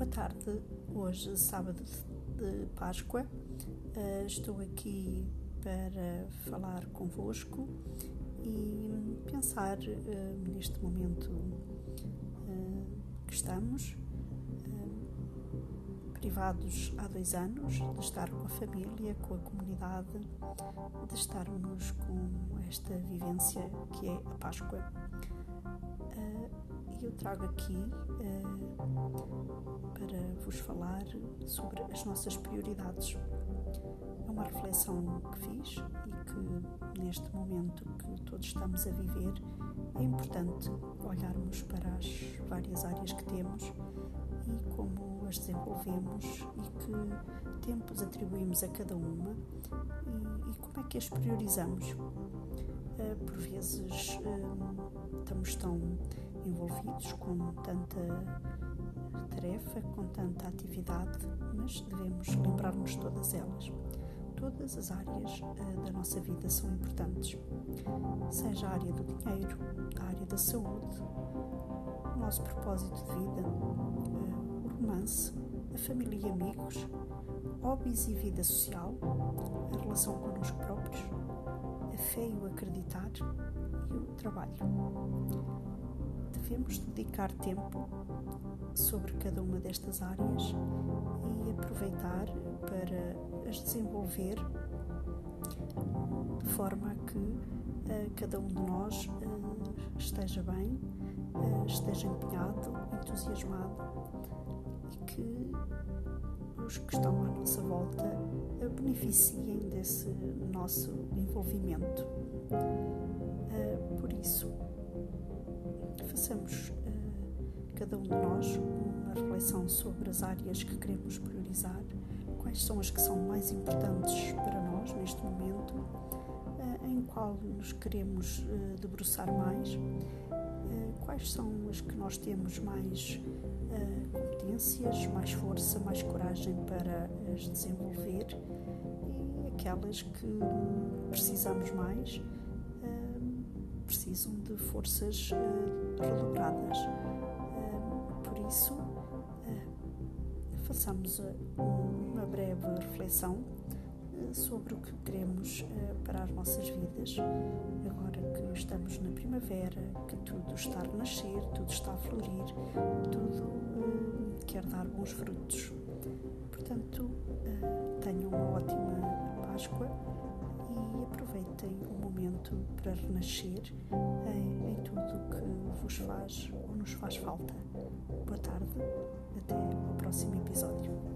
tarde, hoje, sábado de Páscoa. Estou aqui para falar convosco e pensar neste momento que estamos, privados há 2 anos de estar com a família, com a comunidade, de estarmos com esta vivência que é a Páscoa. E eu trago aqui para vos falar sobre as nossas prioridades. É uma reflexão que fiz e que neste momento que todos estamos a viver é importante olharmos para as várias áreas que temos e como as desenvolvemos e que tempos atribuímos a cada uma e como é que as priorizamos. Por vezes estamos tão envolvidos com tanta tarefa, com tanta atividade, mas devemos lembrar-nos de todas elas. Todas as áreas da nossa vida são importantes, seja a área do dinheiro, a área da saúde, o nosso propósito de vida, o romance, a família e amigos, hobbies e vida social, a relação connosco próprios, a fé e o acreditar e o trabalho. Devemos dedicar tempo sobre cada uma destas áreas e aproveitar para as desenvolver de forma a que cada um de nós esteja bem, esteja empenhado, entusiasmado e que os que estão à nossa volta beneficiem desse nosso envolvimento. Por isso, façamos cada um de nós uma reflexão sobre as áreas que queremos priorizar, quais são as que são mais importantes para nós neste momento, em qual nos queremos debruçar mais, quais são as que nós temos mais competências, mais força, mais coragem para as desenvolver e aquelas que precisamos mais precisam de forças redobradas. Por isso, façamos uma breve reflexão sobre o que queremos para as nossas vidas, agora que estamos na primavera, que tudo está a renascer, tudo está a florir, tudo quer dar bons frutos. Portanto, tenham uma ótima Páscoa e aproveitem o momento para renascer em tudo o que vos faz ou nos faz falta. Boa tarde, até ao próximo episódio.